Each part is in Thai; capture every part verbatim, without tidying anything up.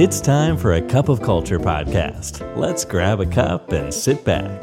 It's time for a cup of culture podcast. Let's grab a cup and sit back.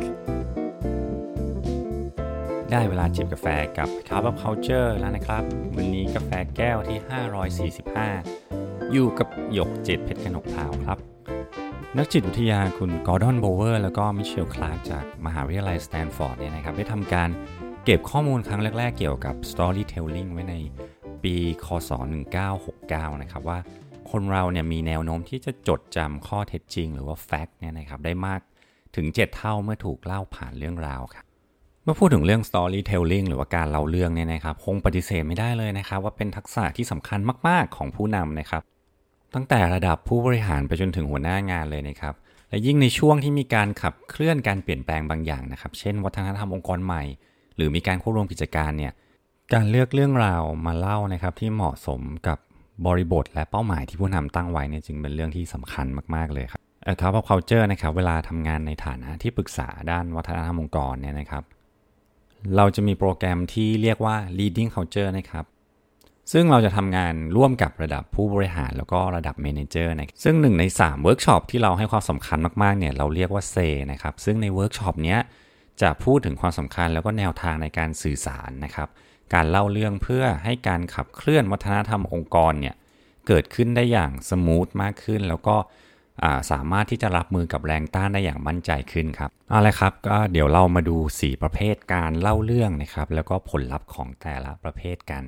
ได้เวลาจิบกาแฟกับ Cup of Culture แล้วนะครับวันนี้กาแฟแก้วที่ห้าร้อยสี่สิบห้าอยู่กับหยกเจ็ดเพชรกนกพราวครับนักจิตวิทยาคุณกอร์ดอนโบเวอร์แล้วก็มิเชลคลาร์กจากมหาวิทยาลัยสแตนฟอร์ดเนี่ยนะครับได้ทำการเก็บข้อมูลครั้งแรกๆเกี่ยวกับ storytelling ไว้ในปีค.ศ. หนึ่งพันเก้าร้อยหกสิบเก้านะครับว่าคนเราเนี่ยมีแนวโน้มที่จะจดจำข้อเท็จจริงหรือว่า fact เนี่ยนะครับได้มากถึงเจ็ดเท่าเมื่อถูกเล่าผ่านเรื่องราวครับเมื่อพูดถึงเรื่อง storytelling หรือว่าการเล่าเรื่องเนี่ยนะครับคงปฏิเสธไม่ได้เลยนะครับว่าเป็นทักษะที่สำคัญมากๆของผู้นำนะครับตั้งแต่ระดับผู้บริหารไปจนถึงหัวหน้างานเลยนะครับและยิ่งในช่วงที่มีการขับเคลื่อนการเปลี่ยนแปลงบางอย่างนะครับเช่นวัฒนธรรมองค์กรใหม่หรือมีการควบรวมกิจการเนี่ยการเลือกเรื่องราวมาเล่านะครับที่เหมาะสมกับบริบทและเป้าหมายที่ผู้นำตั้งไว้เนี่ยจึงเป็นเรื่องที่สำคัญมากๆเลยครับเอ่อ Cup of Culture นะครับเวลาทำงานในฐานะที่ปรึกษาด้านวัฒนธรรมองค์กรเนี่ยนะครับเราจะมีโปรแกรมที่เรียกว่า Leading Culture นะครับซึ่งเราจะทำงานร่วมกับระดับผู้บริหารแล้วก็ระดับ Manager นะซึ่งหนึ่งในสามเวิร์กช็อปที่เราให้ความสำคัญมากๆเนี่ยเราเรียกว่า Say นะครับซึ่งในเวิร์กช็อปเนี้ยจะพูดถึงความสำคัญแล้วก็แนวทางในการสื่อสารนะครับการเล่าเรื่องเพื่อให้การขับเคลื่อนวัฒนธรรมองค์กรเนี่ยเกิดขึ้นได้อย่างสมูทมากขึ้นแล้วก็สามารถที่จะรับมือกับแรงต้านได้อย่างมั่นใจขึ้นครับเอาละครับก็เดี๋ยวเรามาดูสี่ประเภทการเล่าเรื่องนะครับแล้วก็ผลลัพธ์ของแต่ละประเภทกัน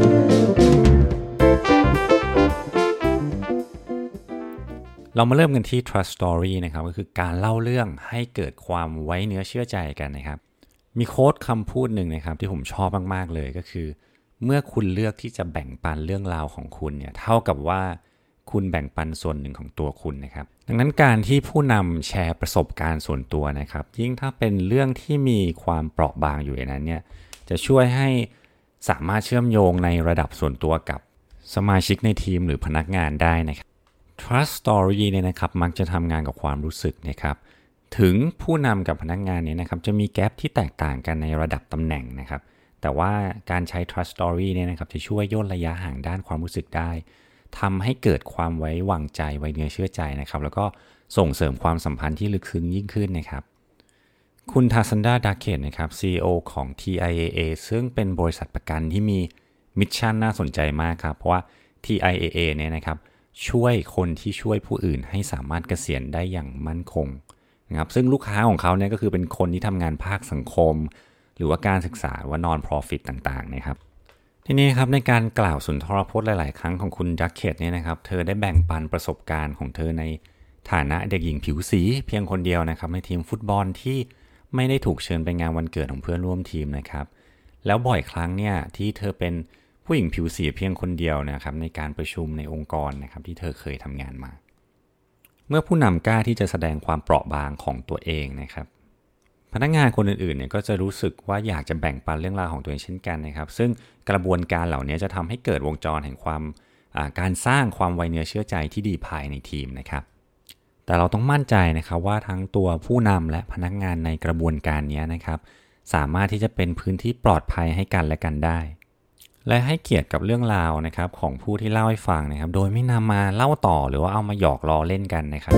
เรามาเริ่มกันที่ trust story นะครับก็คือการเล่าเรื่องให้เกิดความไว้เนื้อเชื่อใจกันนะครับมีโค้ดคำพูดหนึ่งนะครับที่ผมชอบมากๆเลยก็คือเมื่อคุณเลือกที่จะแบ่งปันเรื่องราวของคุณเนี่ยเท่ากับว่าคุณแบ่งปันส่วนหนึ่งของตัวคุณนะครับดังนั้นการที่ผู้นำแชร์ประสบการณ์ส่วนตัวนะครับยิ่งถ้าเป็นเรื่องที่มีความเปราะบางอยู่ในนั้นเนี่ยจะช่วยให้สามารถเชื่อมโยงในระดับส่วนตัวกับสมาชิกในทีมหรือพนักงานได้นะครับ Trust Story เนี่ยนะครับมักจะทำงานกับความรู้สึกนะครับถึงผู้นำกับพนักงานเนี่ยนะครับจะมีแกปที่แตกต่างกันในระดับตำแหน่งนะครับแต่ว่าการใช้ Trust Story เนี่ยนะครับจะช่วยย่นระยะห่างด้านความรู้สึกได้ทำให้เกิดความไว้วางใจไว้เนื้อเชื่อใจนะครับแล้วก็ส่งเสริมความสัมพันธ์ที่ลึกซึ้งยิ่งขึ้นนะครับคุณทาซันดา ดักเกตนะครับ ซี อี โอ ของ ที ไอ เอ เอ ซึ่งเป็นบริษัทประกันที่มีมิชชั่นน่าสนใจมากครับเพราะว่า ที ไอ เอ เอ เนี่ยนะครับช่วยคนที่ช่วยผู้อื่นให้สามารถเกษียณได้อย่างมั่นคงนะครับซึ่งลูกค้าของเขาเนี่ยก็คือเป็นคนที่ทำงานภาคสังคมหรือว่าการศึกษาว่าน non-profit ต่างๆนะครับทีนี้ครับในการกล่าวสุนทรพจน์หลายๆครั้งของคุณดักเกตเนี่ยนะครับเธอได้แบ่งปันประสบการณ์ของเธอในฐานะเด็กหญิงผิวสีเพียงคนเดียวนะครับในทีมฟุตบอลที่ไม่ได้ถูกเชิญไปงานวันเกิดของเพื่อนร่วมทีมนะครับแล้วบ่อยครั้งเนี่ยที่เธอเป็นผู้หญิงผิวสีเพียงคนเดียวนะครับในการประชุมในองค์กรนะครับที่เธอเคยทำงานมาเมื่อผู้นำกล้าที่จะแสดงความเปราะบางของตัวเองนะครับพนักงานคนอื่นๆเนี่ยก็จะรู้สึกว่าอยากจะแบ่งปันเรื่องราวของตัวเองเช่นกันนะครับซึ่งกระบวนการเหล่านี้จะทำให้เกิดวงจรแห่งความการสร้างความไว้เนื้อเชื่อใจที่ดีภายในทีมนะครับแต่เราต้องมั่นใจนะครับว่าทั้งตัวผู้นำและพนักงานในกระบวนการนี้นะครับสามารถที่จะเป็นพื้นที่ปลอดภัยให้กันและกันได้และให้เกียรติกับเรื่องราวนะครับของผู้ที่เล่าให้ฟังนะครับโดยไม่นำมาเล่าต่อหรือว่าเอามาหยอกล้อเล่นกันนะครับ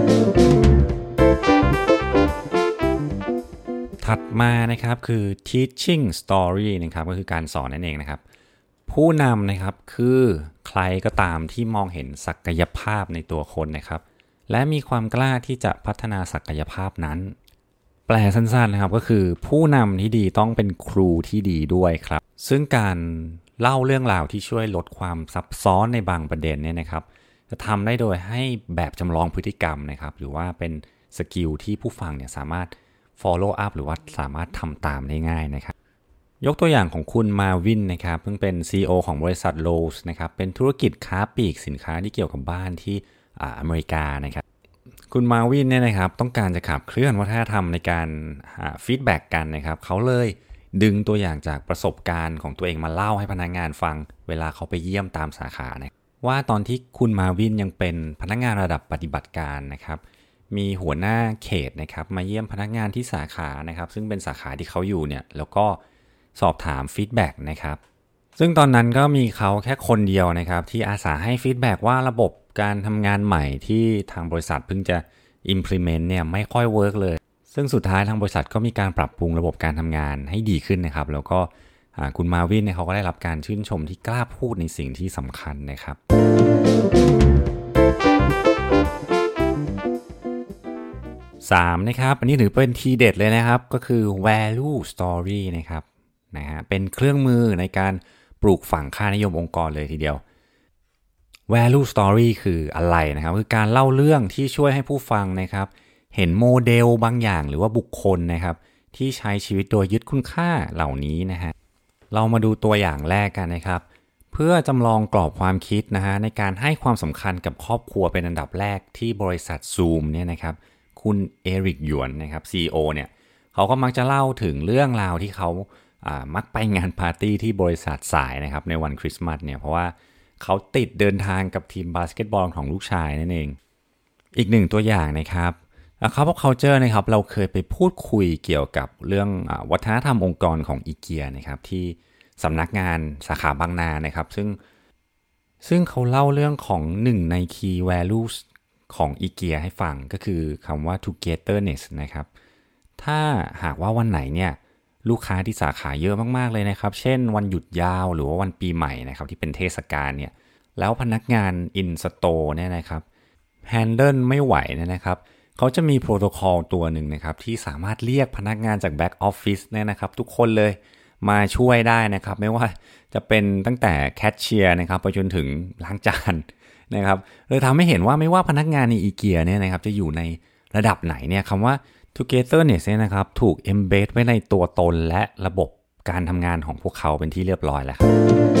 ถัดมานะครับคือ teaching story นะครับก็คือการสอนนั่นเองนะครับผู้นำนะครับคือใครก็ตามที่มองเห็นศักยภาพในตัวคนนะครับและมีความกล้าที่จะพัฒนาศักยภาพนั้นแปลสั้นๆนะครับก็คือผู้นำที่ดีต้องเป็นครูที่ดีด้วยครับซึ่งการเล่าเรื่องราวที่ช่วยลดความซับซ้อนในบางประเด็นเนี่ยนะครับจะทำได้โดยให้แบบจำลองพฤติกรรมนะครับหรือว่าเป็นสกิลที่ผู้ฟังเนี่ยสามารถ follow up หรือว่าสามารถทำตามได้ง่ายนะครับยกตัวอย่างของคุณมาวินนะครับเพิ่งเป็น ซี อี โอ ของบริษัท Lowe's นะครับเป็นธุรกิจค้าปลีกสินค้าที่เกี่ยวกับบ้านที่อ่าอเมริกานะครับคุณมาวินเนี่ยนะครับต้องการจะขับเคลื่อนวัฒนธรรมในการฟีดแบ็กกันนะครับเขาเลยดึงตัวอย่างจากประสบการณ์ของตัวเองมาเล่าให้พนักงานฟังเวลาเขาไปเยี่ยมตามสาขานะว่าตอนที่คุณมาวินยังเป็นพนักงานระดับปฏิบัติการนะครับมีหัวหน้าเขตนะครับมาเยี่ยมพนักงานที่สาขานะครับซึ่งเป็นสาขาที่เขาอยู่เนี่ยแล้วก็สอบถามฟีดแบ็กนะครับซึ่งตอนนั้นก็มีเขาแค่คนเดียวนะครับที่อาสาให้ฟีดแบ็กว่าระบบการทำงานใหม่ที่ทางบริษัทเพิ่งจะ implement เนี่ยไม่ค่อยเวิร์กเลยซึ่งสุดท้ายทางบริษัทก็มีการปรับปรุงระบบการทำงานให้ดีขึ้นนะครับแล้วก็คุณมาวินเนี่ยเขาก็ได้รับการชื่นชมที่กล้าพูดในสิ่งที่สำคัญนะครับสามนะครับอันนี้ถือเป็นทีเด็ดเลยนะครับก็คือ value story นะครับนะฮะเป็นเครื่องมือในการปลูกฝังค่านิยมองค์กรเลยทีเดียว value story คืออะไรนะครับคือการเล่าเรื่องที่ช่วยให้ผู้ฟังนะครับเห็นโมเดลบางอย่างหรือว่าบุคคลนะครับที่ใช้ชีวิตโดยยึดคุณค่าเหล่านี้นะฮะเรามาดูตัวอย่างแรกกันนะครับเพื่อจำลองกรอบความคิดนะฮะในการให้ความสำคัญกับครอบครัวเป็นอันดับแรกที่บริษัท Zoom เนี่ยนะครับคุณเอริกหยวนนะครับ ซี อี โอ เนี่ยเขาก็มักจะเล่าถึงเรื่องราวที่เขาอ่ามักไปงานปาร์ตี้ที่บริษัทสายนะครับในวันคริสต์มาสเนี่ยเพราะว่าเขาติดเดินทางกับทีมบาสเกตบอลของลูกชายนั่นเองอีกหนึ่งตัวอย่างนะครับครับเพราะ culture นะครับเราเคยไปพูดคุยเกี่ยวกับเรื่องอ่าวัฒนธรรมองค์กรของอีเกียนะครับที่สำนักงานสาขาบางนานะครับซึ่งซึ่งเขาเล่าเรื่องของหนึ่งใน key values ของอีเกียให้ฟังก็คือคำว่า togetherness นะครับถ้าหากว่าวันไหนเนี่ยลูกค้าที่สาขาเยอะมากๆเลยนะครับเช่นวันหยุดยาวหรือว่าวันปีใหม่นะครับที่เป็นเทศกาลเนี่ยแล้วพนักงาน in store เนี่ยนะครับ handle ไม่ไหวนะครับเขาจะมีโปรโตคอลตัวหนึ่งนะครับที่สามารถเรียกพนักงานจากแบ็กออฟฟิศเนี่ยนะครับทุกคนเลยมาช่วยได้นะครับไม่ว่าจะเป็นตั้งแต่แคชเชียร์นะครับไปจนถึงล้างจานนะครับเลยทำให้เห็นว่าไม่ว่าพนักงานในอีเกียเนี่ยนะครับจะอยู่ในระดับไหนเนี่ยคำว่า togetherness เนี่ยนะครับถูก embed ไว้ในตัวตนและระบบการทำงานของพวกเขาเป็นที่เรียบร้อยแล้วครับ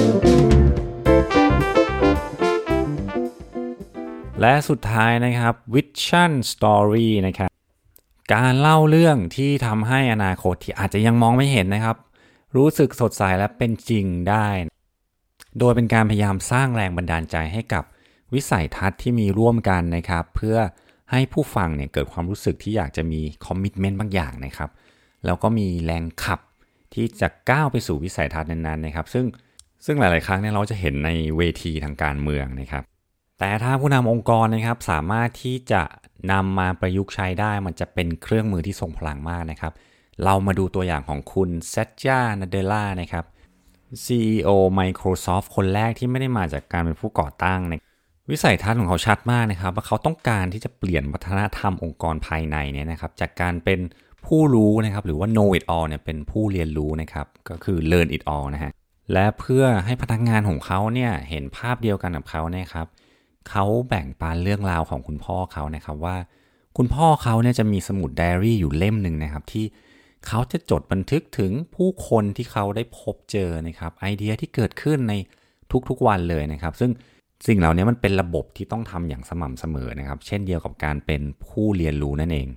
และสุดท้ายนะครับ Vision Story นะครับการเล่าเรื่องที่ทำให้อนาคตที่อาจจะยังมองไม่เห็นนะครับรู้สึกสดใสและเป็นจริงได้โดยเป็นการพยายามสร้างแรงบันดาลใจให้กับวิสัยทัศน์ที่มีร่วมกันนะครับเพื่อให้ผู้ฟังเนี่ยเกิดความรู้สึกที่อยากจะมีคอมมิตเมนต์บางอย่างนะครับแล้วก็มีแรงขับที่จะก้าวไปสู่วิสัยทัศน์นั้นๆนะครับซึ่งซึ่งหลายๆครั้งเนี่ยเราจะเห็นในเวทีทางการเมืองนะครับแต่ถ้าผู้นำองค์กรนะครับสามารถที่จะนำมาประยุกต์ใช้ได้มันจะเป็นเครื่องมือที่ทรงพลังมากนะครับเรามาดูตัวอย่างของคุณเซตจา นาเดลล่านะครับ ซี อี โอ Microsoft คนแรกที่ไม่ได้มาจากการเป็นผู้ก่อตั้งนะวิสัยทัศน์ของเขาชัดมากนะครับว่าเขาต้องการที่จะเปลี่ยนวัฒนธรรมองค์กรภายในเนี่ยนะครับจากการเป็นผู้รู้นะครับหรือว่า know it all เนี่ยเป็นผู้เรียนรู้นะครับก็คือ learn it all นะฮะและเพื่อให้พนักงานของเขาเนี่ยเห็นภาพเดียวกันกับเขาเนี่ยครับเขาแบ่งปันเรื่องราวของคุณพ่อเขานะครับว่าคุณพ่อเขาเนี่ยจะมีสมุดไดอารี่อยู่เล่มนึงนะครับที่เขาจะจดบันทึกถึงผู้คนที่เขาได้พบเจอนะครับไอเดียที่เกิดขึ้นในทุกๆวันเลยนะครับซึ่งสิ่งเหล่านี้มันเป็นระบบที่ต้องทำอย่างสม่ำเสมอนะครับเช่นเดียวกับการเป็นผู้เรียนรู้นั่นเอง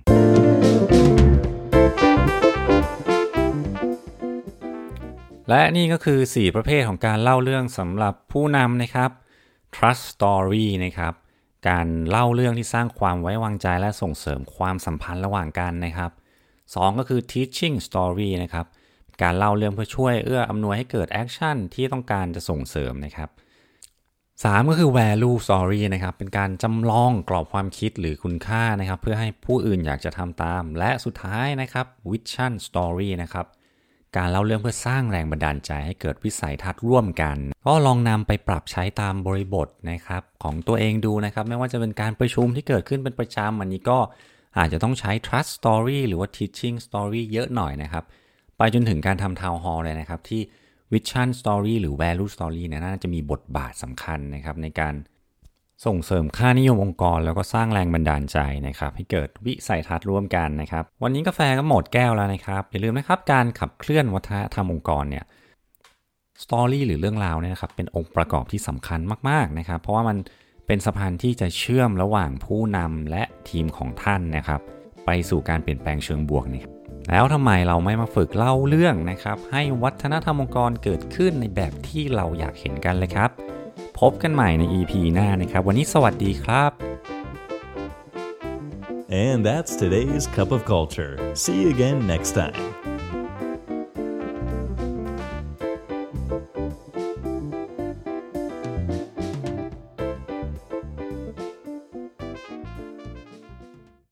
และนี่ก็คือสี่ประเภทของการเล่าเรื่องสำหรับผู้นำนะครับ trust story นะครับการเล่าเรื่องที่สร้างความไว้วางใจและส่งเสริมความสัมพันธ์ระหว่างกันนะครับสองก็คือ teaching story นะครับการเล่าเรื่องเพื่อช่วยเอื้ออำนวยให้เกิดแอคชั่นที่ต้องการจะส่งเสริมนะครับสามก็คือ value story นะครับเป็นการจำลองกรอบความคิดหรือคุณค่านะครับเพื่อให้ผู้อื่นอยากจะทำตามและสุดท้ายนะครับ vision story นะครับการเล่าเรื่องเพื่อสร้างแรงบันดาลใจให้เกิดวิสัยทัศน์ร่วมกันก็ลองนำไปปรับใช้ตามบริบทนะครับของตัวเองดูนะครับไม่ว่าจะเป็นการประชุมที่เกิดขึ้นเป็นประจำอันนี้ก็อาจจะต้องใช้ trust story หรือว่า teaching story เยอะหน่อยนะครับไปจนถึงการทำ town hall เลยนะครับที่ vision story หรือ value story เนี่ยน่าจะมีบทบาทสำคัญนะครับในการส่งเสริมค่านิยมองค์กรแล้วก็สร้างแรงบันดาลใจนะครับให้เกิดวิสัยทัศน์ร่วมกันนะครับวันนี้กาแฟก็หมดแก้วแล้วนะครับอย่าลืมนะครับการขับเคลื่อนวัฒนธรรมองค์กรเนี่ยสตอรี่หรือเรื่องราวเนี่ยนะครับเป็นองค์ประกอบที่สำคัญมากๆนะครับเพราะว่ามันเป็นสะพานที่จะเชื่อมระหว่างผู้นำและทีมของท่านนะครับไปสู่การเปลี่ยนแปลงเชิงบวกนี่แล้วทำไมเราไม่มาฝึกเล่าเรื่องนะครับให้วัฒนธรรมองค์กรเกิดขึ้นในแบบที่เราอยากเห็นกันเลยครับพบกันใหม่ใน อี พี หน้านะครับวันนี้สวัสดีครับ And that's today's Cup of Culture. See you again next time.